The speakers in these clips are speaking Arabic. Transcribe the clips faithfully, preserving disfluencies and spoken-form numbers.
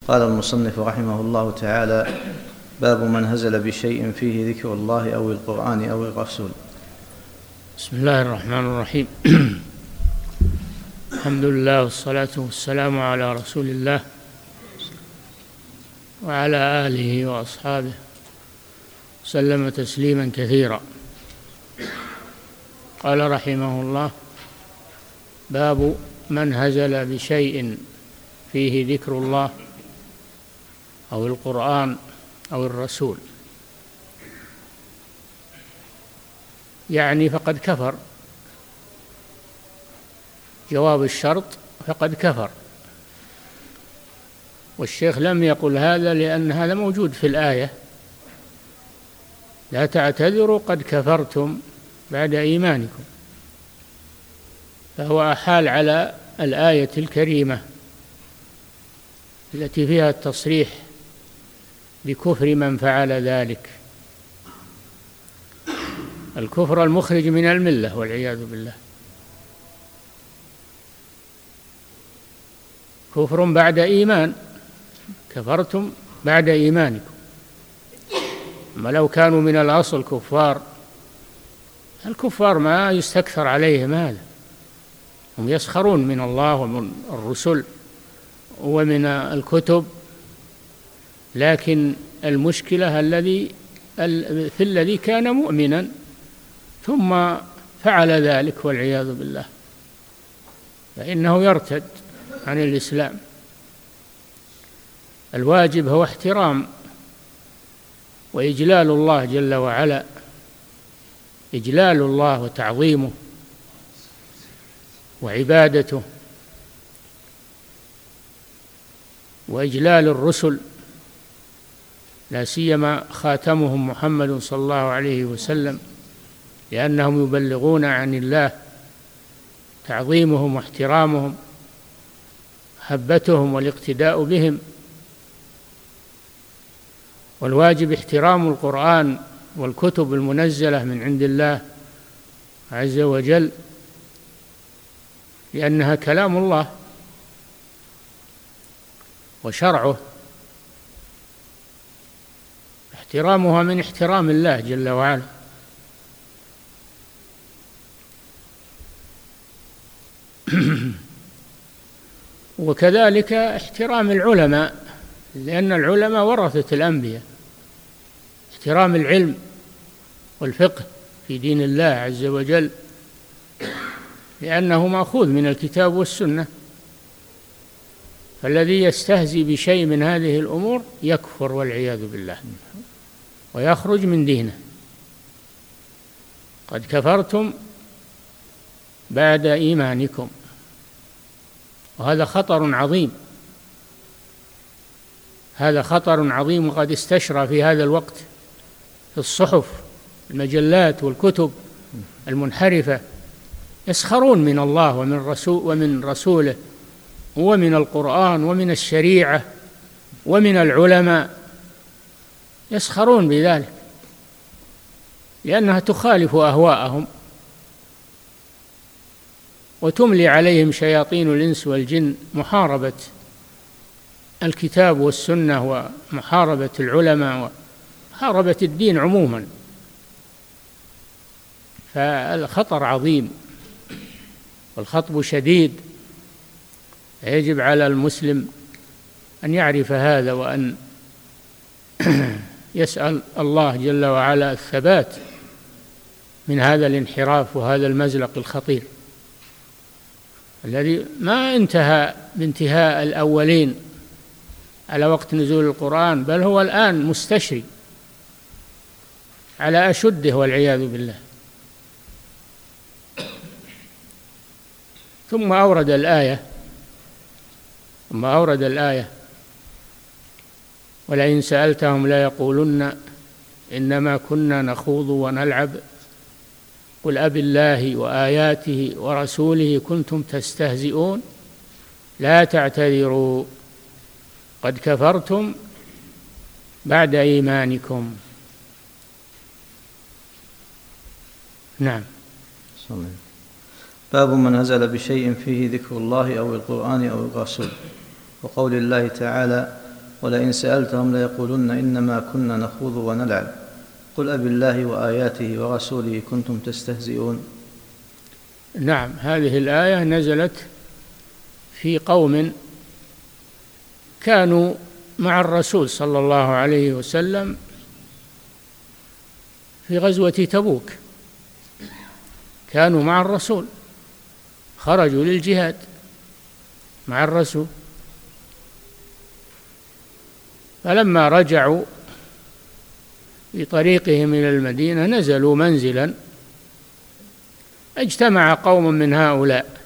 قال المصنف رحمه الله تعالى: باب من هزل بشيء فيه ذكر الله أو القرآن أو الرسول. بسم الله الرحمن الرحيم. الحمد لله والصلاة والسلام على رسول الله وعلى آله وأصحابه سلم تسليما كثيرا. قال رحمه الله: باب من هزل بشيء فيه ذكر الله أو القرآن أو الرسول، يعني فقد كفر. جواب الشرط فقد كفر، والشيخ لم يقل هذا لأن هذا موجود في الآية: لا تعتذروا قد كفرتم بعد إيمانكم، فهو أحال على الآية الكريمة التي فيها التصريح بكفر من فعل ذلك، الكفر المخرج من الملة والعياذ بالله، كفر بعد إيمان، كفرتم بعد إيمانكم. أما لو كانوا من الأصل كفار، الكفار ما يستكثر عليهم هذا، هم يسخرون من الله ومن الرسل ومن الكتب، لكن المشكلة الذي في الذي كان مؤمنا ثم فعل ذلك والعياذ بالله، فإنه يرتد عن الإسلام. الواجب هو احترام وإجلال الله جل وعلا، إجلال الله وتعظيمه وعبادته، وإجلال الرسل، لا سيما خاتمهم محمد صلى الله عليه وسلم، لأنهم يبلغون عن الله، تعظيمهم واحترامهم، محبتهم والاقتداء بهم. والواجب احترام القرآن والكتب المنزلة من عند الله عز وجل، لأنها كلام الله وشرعه، احترامها من احترام الله جل وعلا. وكذلك احترام العلماء، لأن العلماء ورثة الأنبياء، احترام العلم والفقه في دين الله عز وجل، لأنه مأخوذ من الكتاب والسنة، فالذي يستهزي بشيء من هذه الأمور يكفر والعياذ بالله ويخرج من دينه. قد كفرتم بعد إيمانكم، وهذا خطر عظيم، هذا خطر عظيم، وقد استشرى في هذا الوقت في الصحف، المجلات والكتب المنحرفة، يسخرون من الله ومن رسول ومن رسوله ومن القرآن ومن الشريعة ومن العلماء، يسخرون بذلك لأنها تخالف أهواءهم وتملي عليهم شياطين الإنس والجن محاربة الكتاب والسنة ومحاربة العلماء ومحاربة الدين عموما. فالخطر عظيم والخطب شديد، يجب على المسلم أن يعرف هذا، وأن يسأل الله جل وعلا الثبات من هذا الانحراف وهذا المزلق الخطير الذي ما انتهى بانتهاء الأولين على وقت نزول القرآن، بل هو الآن مستشري على أشده والعياذ بالله. ثم أورد الآية ثم أورد الآية: ولئن سألتهم ليقولن إنما كنا نخوض ونلعب قل أبالله وآياته ورسوله كنتم تستهزئون لا تعتذروا قد كفرتم بعد إيمانكم. نعم. باب من هزل بشيء فيه ذكر الله أو القرآن أو الرسول. وقول الله تعالى: ولئن سألتهم ليقولن إنما كنا نخوض ونلعب قل أبالله وآياته ورسوله كنتم تستهزئون. نعم، هذه الآية نزلت في قوم كانوا مع الرسول صلى الله عليه وسلم في غزوة تبوك، كانوا مع الرسول، خرجوا للجهاد مع الرسول، فلما رجعوا في طريقهم إلى المدينة نزلوا منزلا، اجتمع قوم من هؤلاء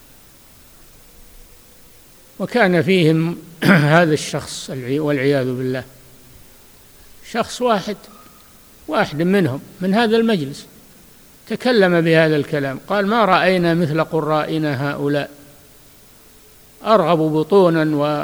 وكان فيهم هذا الشخص والعياذ بالله، شخص واحد واحد منهم من هذا المجلس تكلم بهذا الكلام، قال: ما رأينا مثل قرائنا هؤلاء، أرغب بطونا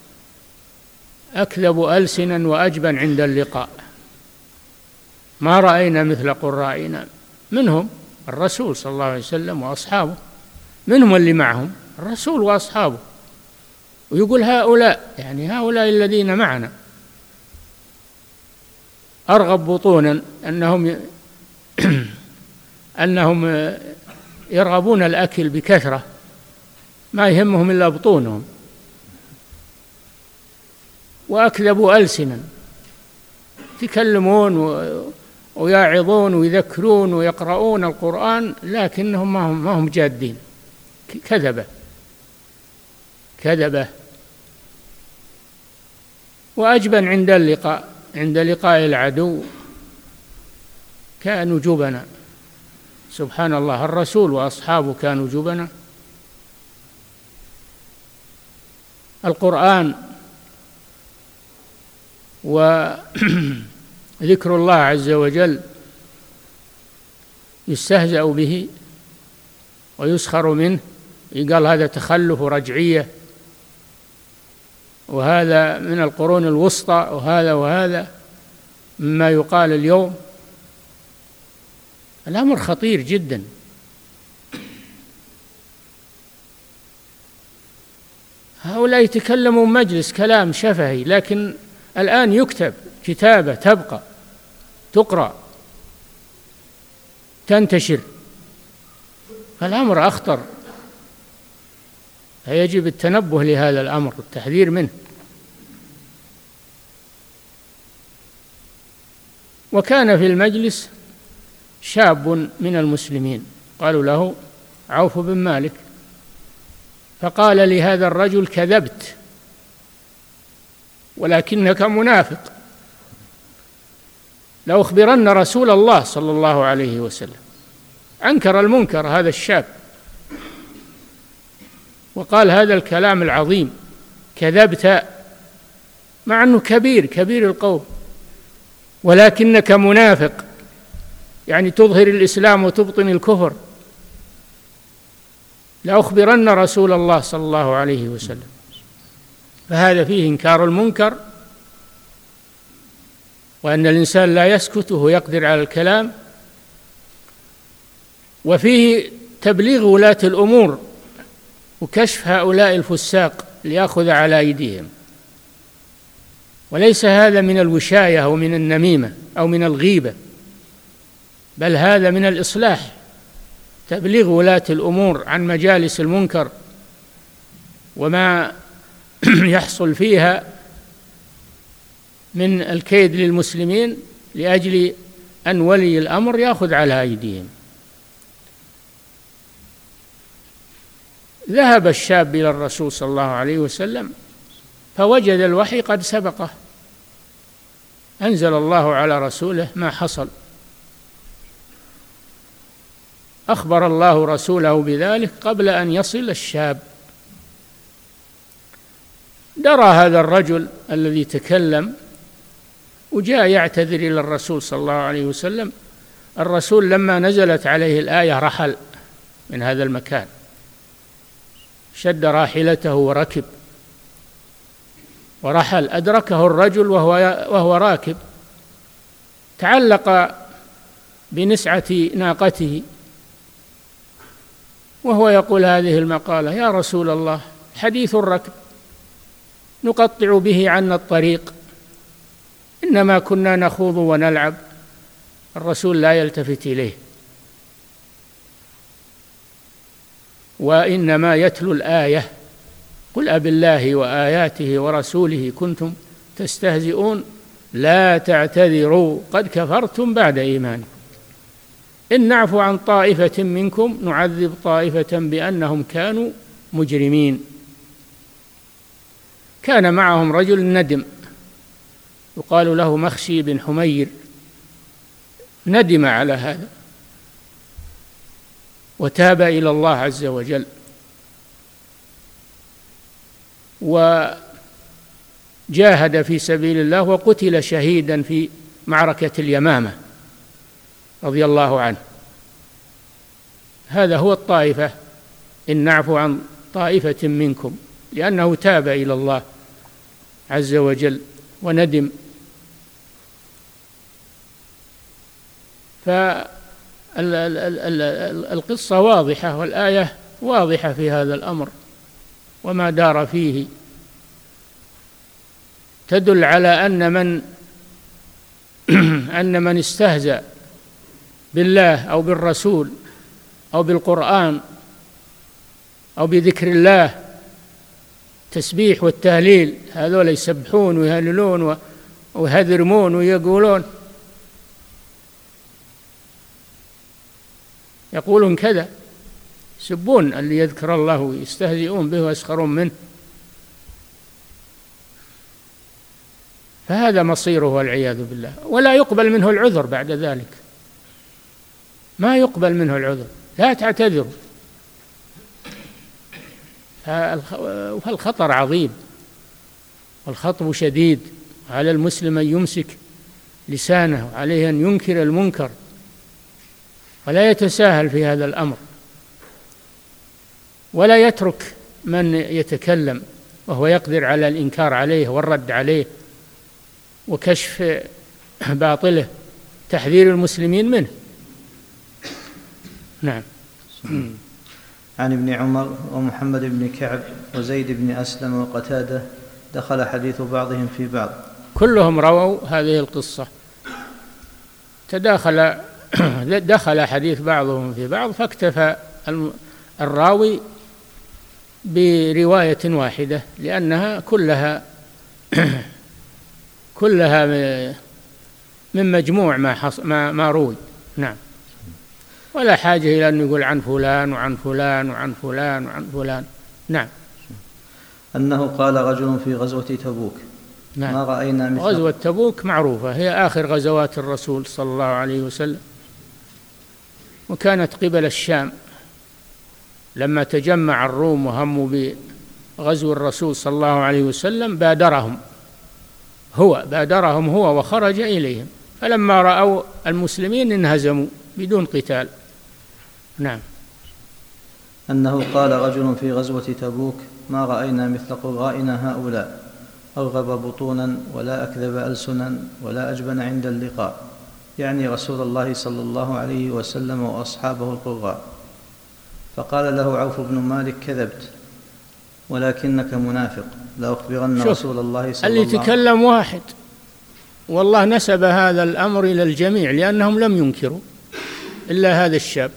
وأكذب ألسنا وأجبن عند اللقاء. ما رأينا مثل قرائنا، منهم الرسول صلى الله عليه وسلم وأصحابه، منهم اللي معهم الرسول وأصحابه، ويقول هؤلاء يعني هؤلاء الذين معنا أرغب بطونا، أنهم أنهم يرغبون الأكل بكثرة، ما يهمهم إلا بطونهم، وأكذبوا ألسنا، يتكلمون ويعظون ويذكرون ويقرؤون القرآن لكنهم ما هم, ما هم جادين، كذبة كذبة وأجبن عند اللقاء، عند لقاء العدو كانوا جبنا. سبحان الله، الرسول وأصحابه كانوا جبنا. القرآن وذكر الله عز وجل يستهزأ به ويسخر منه، يقال هذا تخلف ورجعية، وهذا من القرون الوسطى، وهذا وهذا مما يقال اليوم. الأمر خطير جدا. هؤلاء يتكلموا مجلس كلام شفهي، لكن الآن يكتب كتابة تبقى تقرأ تنتشر، فالأمر أخطر، فيجب التنبه لهذا الأمر والتحذير منه. وكان في المجلس شاب من المسلمين قالوا له عوف بن مالك، فقال لهذا الرجل: كذبت ولكنك منافق، لأخبرن رسول الله صلى الله عليه وسلم. أنكر المنكر هذا الشاب وقال هذا الكلام العظيم: كذبت، مع أنه كبير كبير القوم، ولكنك منافق، يعني تظهر الإسلام وتبطن الكفر. لأخبرن رسول الله صلى الله عليه وسلم. فهذا فيه إنكار المنكر، وأن الإنسان لا يسكت وهو يقدر على الكلام، وفيه تبليغ ولاة الأمور وكشف هؤلاء الفساق ليأخذ على أيديهم. وليس هذا من الوشاية أو من النميمة أو من الغيبة، بل هذا من الإصلاح، تبليغ ولاة الأمور عن مجالس المنكر وما يحصل فيها من الكيد للمسلمين، لأجل أن ولي الأمر يأخذ على أيديهم. ذهب الشاب إلى الرسول صلى الله عليه وسلم فوجد الوحي قد سبقه، أنزل الله على رسوله ما حصل، أخبر الله رسوله بذلك قبل أن يصل الشاب. درى هذا الرجل الذي تكلم وجاء يعتذر إلى الرسول صلى الله عليه وسلم. الرسول لما نزلت عليه الآية رحل من هذا المكان، شد راحلته وركب ورحل. أدركه الرجل وهو وهو راكب، تعلق بنسعة ناقته وهو يقول هذه المقالة: يا رسول الله، حديث الركب، نقطع به عنا الطريق، إنما كنا نخوض ونلعب. الرسول لا يلتفت إليه، وإنما يتلو الآية: قل أبالله وآياته ورسوله كنتم تستهزئون لا تعتذروا قد كفرتم بعد إيمانكم إن نعفو عن طائفة منكم نعذب طائفة بأنهم كانوا مجرمين. كان معهم رجل ندم يقال له مخشي بن حمير، ندم على هذا وتاب إلى الله عز وجل، وجاهد في سبيل الله وقتل شهيدا في معركة اليمامة رضي الله عنه. هذا هو الطائفة، إن نعفو عن طائفة منكم، لأنه تاب إلى الله عز وجل وندم. فالقصة واضحة والآية واضحة في هذا الأمر وما دار فيه، تدل على أن من أن من استهزأ بالله أو بالرسول أو بالقرآن أو بذكر الله، تسبيح والتهليل، هذول يسبحون ويهللون ويهذرمون ويقولون يقولون كذا، يسبون اللي يذكر الله ويستهزئون به ويسخرون منه، فهذا مصيره والعياذ بالله، ولا يقبل منه العذر بعد ذلك، ما يقبل منه العذر، لا تعتذروا. فالخطر عظيم والخطب شديد، على المسلم أن يمسك لسانه، عليه أن ينكر المنكر ولا يتساهل في هذا الأمر، ولا يترك من يتكلم وهو يقدر على الإنكار عليه والرد عليه وكشف باطله، تحذير المسلمين منه. نعم. عن ابن عمر ومحمد بن كعب وزيد بن أسلم وقتادة دخل حديث بعضهم في بعض، كلهم رووا هذه القصة، تداخل دخل حديث بعضهم في بعض، فاكتفى الراوي برواية واحدة لأنها كلها كلها من مجموع ما حص ما, ما روي. نعم. ولا حاجة إلى أن يقول عن فلان وعن فلان وعن فلان وعن فلان. نعم. أنه قال رجل في غزوة تبوك: نعم. ما رأينا مثل غزوة تبوك معروفة، هي آخر غزوات الرسول صلى الله عليه وسلم، وكانت قبل الشام، لما تجمع الروم وهموا بغزو الرسول صلى الله عليه وسلم بادرهم هو بادرهم هو وخرج إليهم، فلما رأوا المسلمين انهزموا بدون قتال. نعم. أنه قال رجل في غزوة تبوك: ما رأينا مثل قرائنا هؤلاء، أرغب بطونا ولا أكذب ألسنا ولا أجبن عند اللقاء، يعني رسول الله صلى الله عليه وسلم وأصحابه القراء. فقال له عوف بن مالك: كذبت ولكنك منافق، لأخبرن رسول الله صلى الله عليه وسلم. اللي تكلم واحد، والله نسب هذا الأمر إلى الجميع لأنهم لم ينكروا إلا هذا الشاب.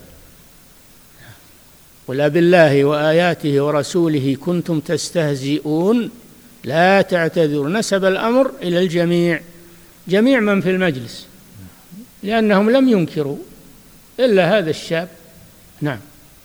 قل أبالله وآياته ورسوله كنتم تستهزئون لا تعتذروا، نسب الأمر إلى الجميع، جميع من في المجلس، لأنهم لم ينكروا إلا هذا الشاب. نعم.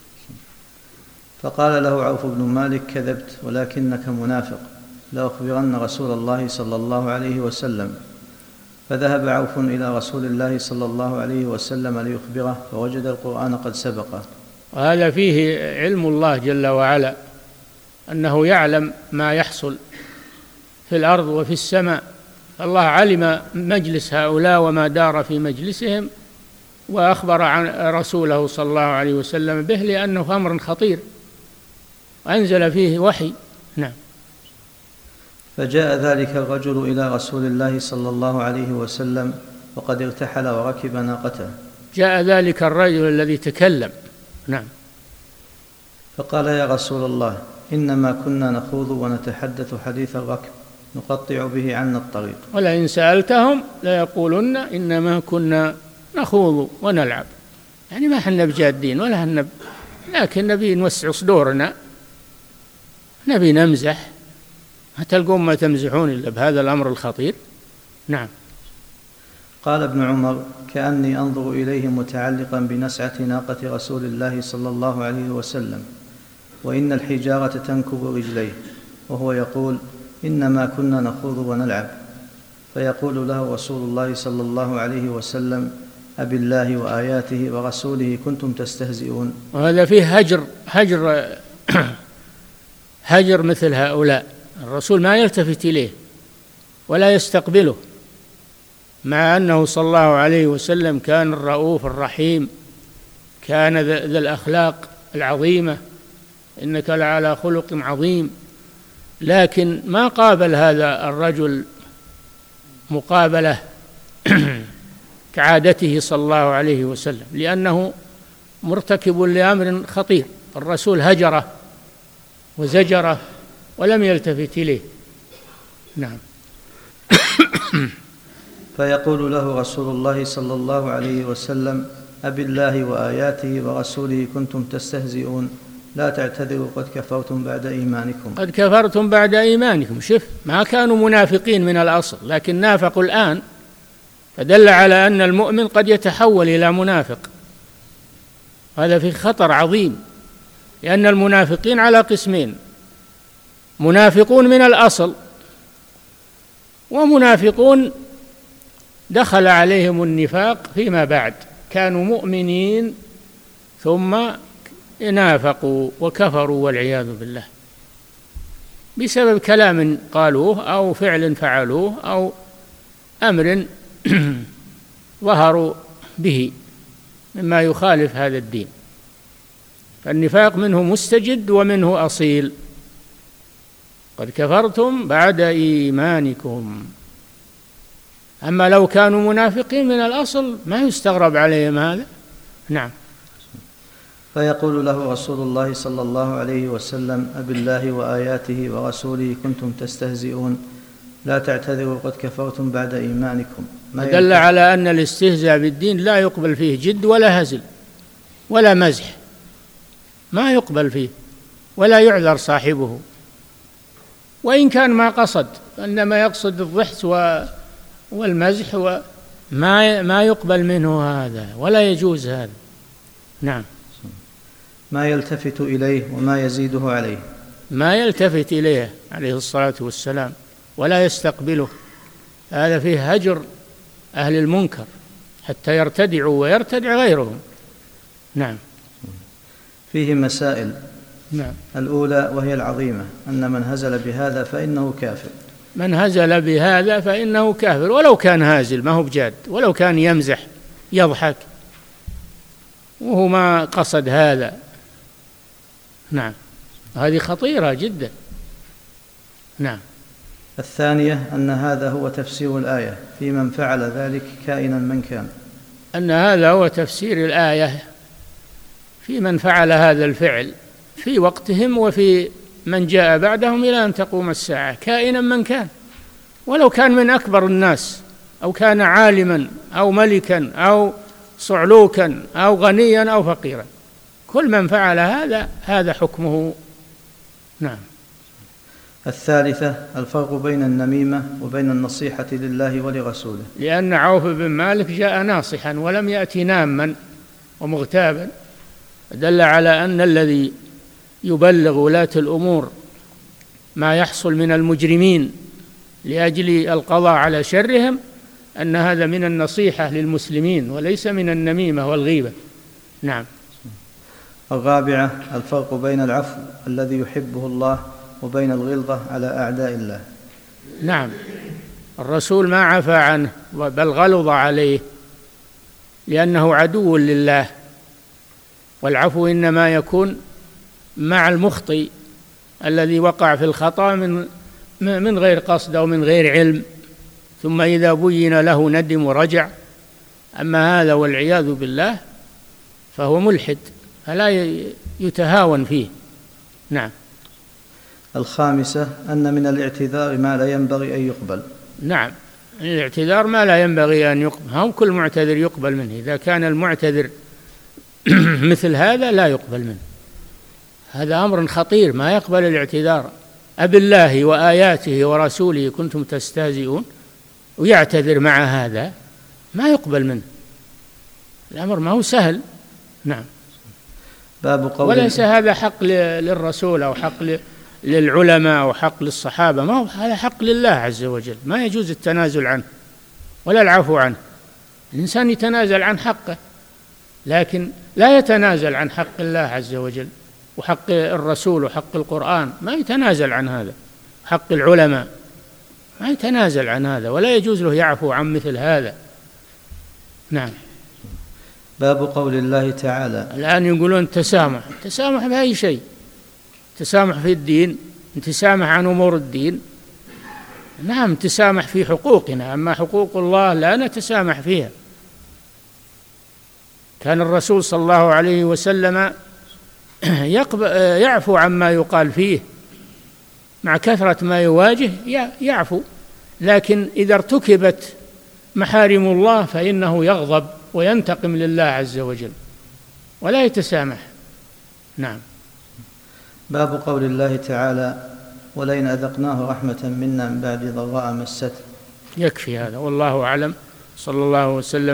فقال له عوف بن مالك: كذبت ولكنك منافق، لأخبرن رسول الله صلى الله عليه وسلم. فذهب عوف إلى رسول الله صلى الله عليه وسلم ليخبره، فوجد القرآن قد سبقه. وهذا فيه علم الله جل وعلا، أنه يعلم ما يحصل في الأرض وفي السماء. الله علم مجلس هؤلاء وما دار في مجلسهم، وأخبر عن رسوله صلى الله عليه وسلم به، لأنه أمر خطير وأنزل فيه وحي. نعم. فجاء ذلك الرجل إلى رسول الله صلى الله عليه وسلم وقد ارتحل وركب ناقته. جاء ذلك الرجل الذي تكلم. نعم. فقال: يا رسول الله، إنما كنا نخوض ونتحدث حديث الركب نقطع به عنا الطريق. ولئن سألتهم ليقولن إنما كنا نخوض ونلعب، يعني ما حنا بجادين ولا حنا ب... لكن نبي نوسع صدورنا، نبي نمزح، ما تلقون ما تمزحون إلا بهذا الأمر الخطير. نعم. قال ابن عمر: كأني أنظر إليه متعلقا بنسعة ناقة رسول الله صلى الله عليه وسلم، وإن الحجارة تنكب رجليه، وهو يقول: إنما كنا نخوض ونلعب. فيقول له رسول الله صلى الله عليه وسلم: أبالله وآياته ورسوله كنتم تستهزئون. وهذا فيه هجر هجر هجر مثل هؤلاء. الرسول ما يلتفت إليه ولا يستقبله، مع أنه صلى الله عليه وسلم كان الرؤوف الرحيم، كان ذا الأخلاق العظيمة، إنك لعلى خلق عظيم، لكن ما قابل هذا الرجل مقابلة كعادته صلى الله عليه وسلم، لأنه مرتكب لأمر خطير. الرسول هجره وزجره ولم يلتفت إليه. نعم. فيقول له رسول الله صلى الله عليه وسلم: أبالله وآياته ورسوله كنتم تستهزئون، لا تعتذروا قد كفرتم بعد إيمانكم. قد كفرتم بعد إيمانكم. شوف، ما كانوا منافقين من الأصل، لكن نافقوا الآن، فدل على أن المؤمن قد يتحول إلى منافق. هذا في خطر عظيم، لأن المنافقين على قسمين: منافقون من الأصل، ومنافقون دخل عليهم النفاق فيما بعد، كانوا مؤمنين ثم نافقوا وكفروا والعياذ بالله، بسبب كلام قالوه أو فعل فعلوه أو أمر ظهروا به مما يخالف هذا الدين. فالنفاق منه مستجد ومنه أصيل. قد كفرتم بعد إيمانكم. أما لو كانوا منافقين من الأصل ما يستغرب عليهم هذا. نعم. فيقول له رسول الله صلى الله عليه وسلم: أبالله وآياته ورسوله كنتم تستهزئون، لا تعتذروا قد كفرتم بعد إيمانكم. دل على أن الاستهزاء بالدين لا يقبل فيه جد ولا هزل ولا مزح، ما يقبل فيه ولا يعذر صاحبه، وإن كان ما قصد، إنما يقصد الضحك والمزح، وما ما يقبل منه هذا ولا يجوز هذا. نعم. ما يلتفت إليه وما يزيده عليه. ما يلتفت إليه عليه الصلاة والسلام ولا يستقبله، هذا فيه هجر أهل المنكر حتى يرتدعوا ويرتدع غيرهم. نعم. فيه مسائل. نعم. الأولى وهي العظيمة: أن من هزل بهذا فإنه كافر. من هزل بهذا فإنه كافر، ولو كان هازل ما هو بجاد، ولو كان يمزح يضحك وهو ما قصد هذا. نعم. هذه خطيرة جدا. نعم. الثانية أن هذا هو تفسير الآية في من فعل ذلك كائنا من كان. أن هذا هو تفسير الآية في من فعل هذا الفعل في وقتهم وفي من جاء بعدهم إلى أن تقوم الساعة، كائنا من كان، ولو كان من أكبر الناس أو كان عالما أو ملكا أو صعلوكا أو غنيا أو فقيرا، كل من فعل هذا هذا حكمه. نعم. الثالثة الفرق بين النميمة وبين النصيحة لله ولرسوله. لأن عوف بن مالك جاء ناصحا ولم يأتي ناما ومغتابا، دل على أن الذي يبلغ ولاة الأمور ما يحصل من المجرمين لأجل القضاء على شرهم أن هذا من النصيحة للمسلمين وليس من النميمة والغيبة. نعم. الرابعة الفرق بين العفو الذي يحبه الله وبين الغلظة على أعداء الله. نعم. الرسول ما عفى عنه بل غلظ عليه لأنه عدو لله، والعفو إنما يكون مع المخطئ الذي وقع في الخطأ من من غير قصد أو من غير علم، ثم إذا بين له ندم ورجع. أما هذا والعياذ بالله فهو ملحد فلا يتهاون فيه. نعم. الخامسة أن من الاعتذار ما لا ينبغي أن يقبل. نعم، الاعتذار ما لا ينبغي أن يقبل، هم كل معتذر يقبل منه، إذا كان المعتذر مثل هذا لا يقبل منه، هذا أمر خطير، ما يقبل الاعتذار. أبالله وآياته ورسوله كنتم تستهزئون، ويعتذر مع هذا ما يقبل منه، الأمر ما هو سهل. نعم. باب قول وليس هذا حق للرسول أو حق للعلماء أو حق للصحابة، ما هو هذا حق لله عز وجل، ما يجوز التنازل عنه ولا العفو عنه. الإنسان يتنازل عن حقه، لكن لا يتنازل عن حق الله عز وجل وحق الرسول وحق القرآن، ما يتنازل عن هذا. حق العلماء ما يتنازل عن هذا، ولا يجوز له يعفو عن مثل هذا. نعم. باب قول الله تعالى. الآن يقولون التسامح، التسامح بأي شيء، تسامح في الدين، تسامح عن أمور الدين، نعم تسامح في حقوقنا، أما حقوق الله لا نتسامح فيها. كان الرسول صلى الله عليه وسلم يعفو عما يقال فيه، مع كثرة ما يواجه يعفو، لكن إذا ارتكبت محارم الله فإنه يغضب وينتقم لله عز وجل ولا يتسامح. نعم. باب قول الله تعالى ولئن أذقناه رحمة منا من بعد ضراء مسته. يكفي هذا، والله أعلم، صلى الله وسلم.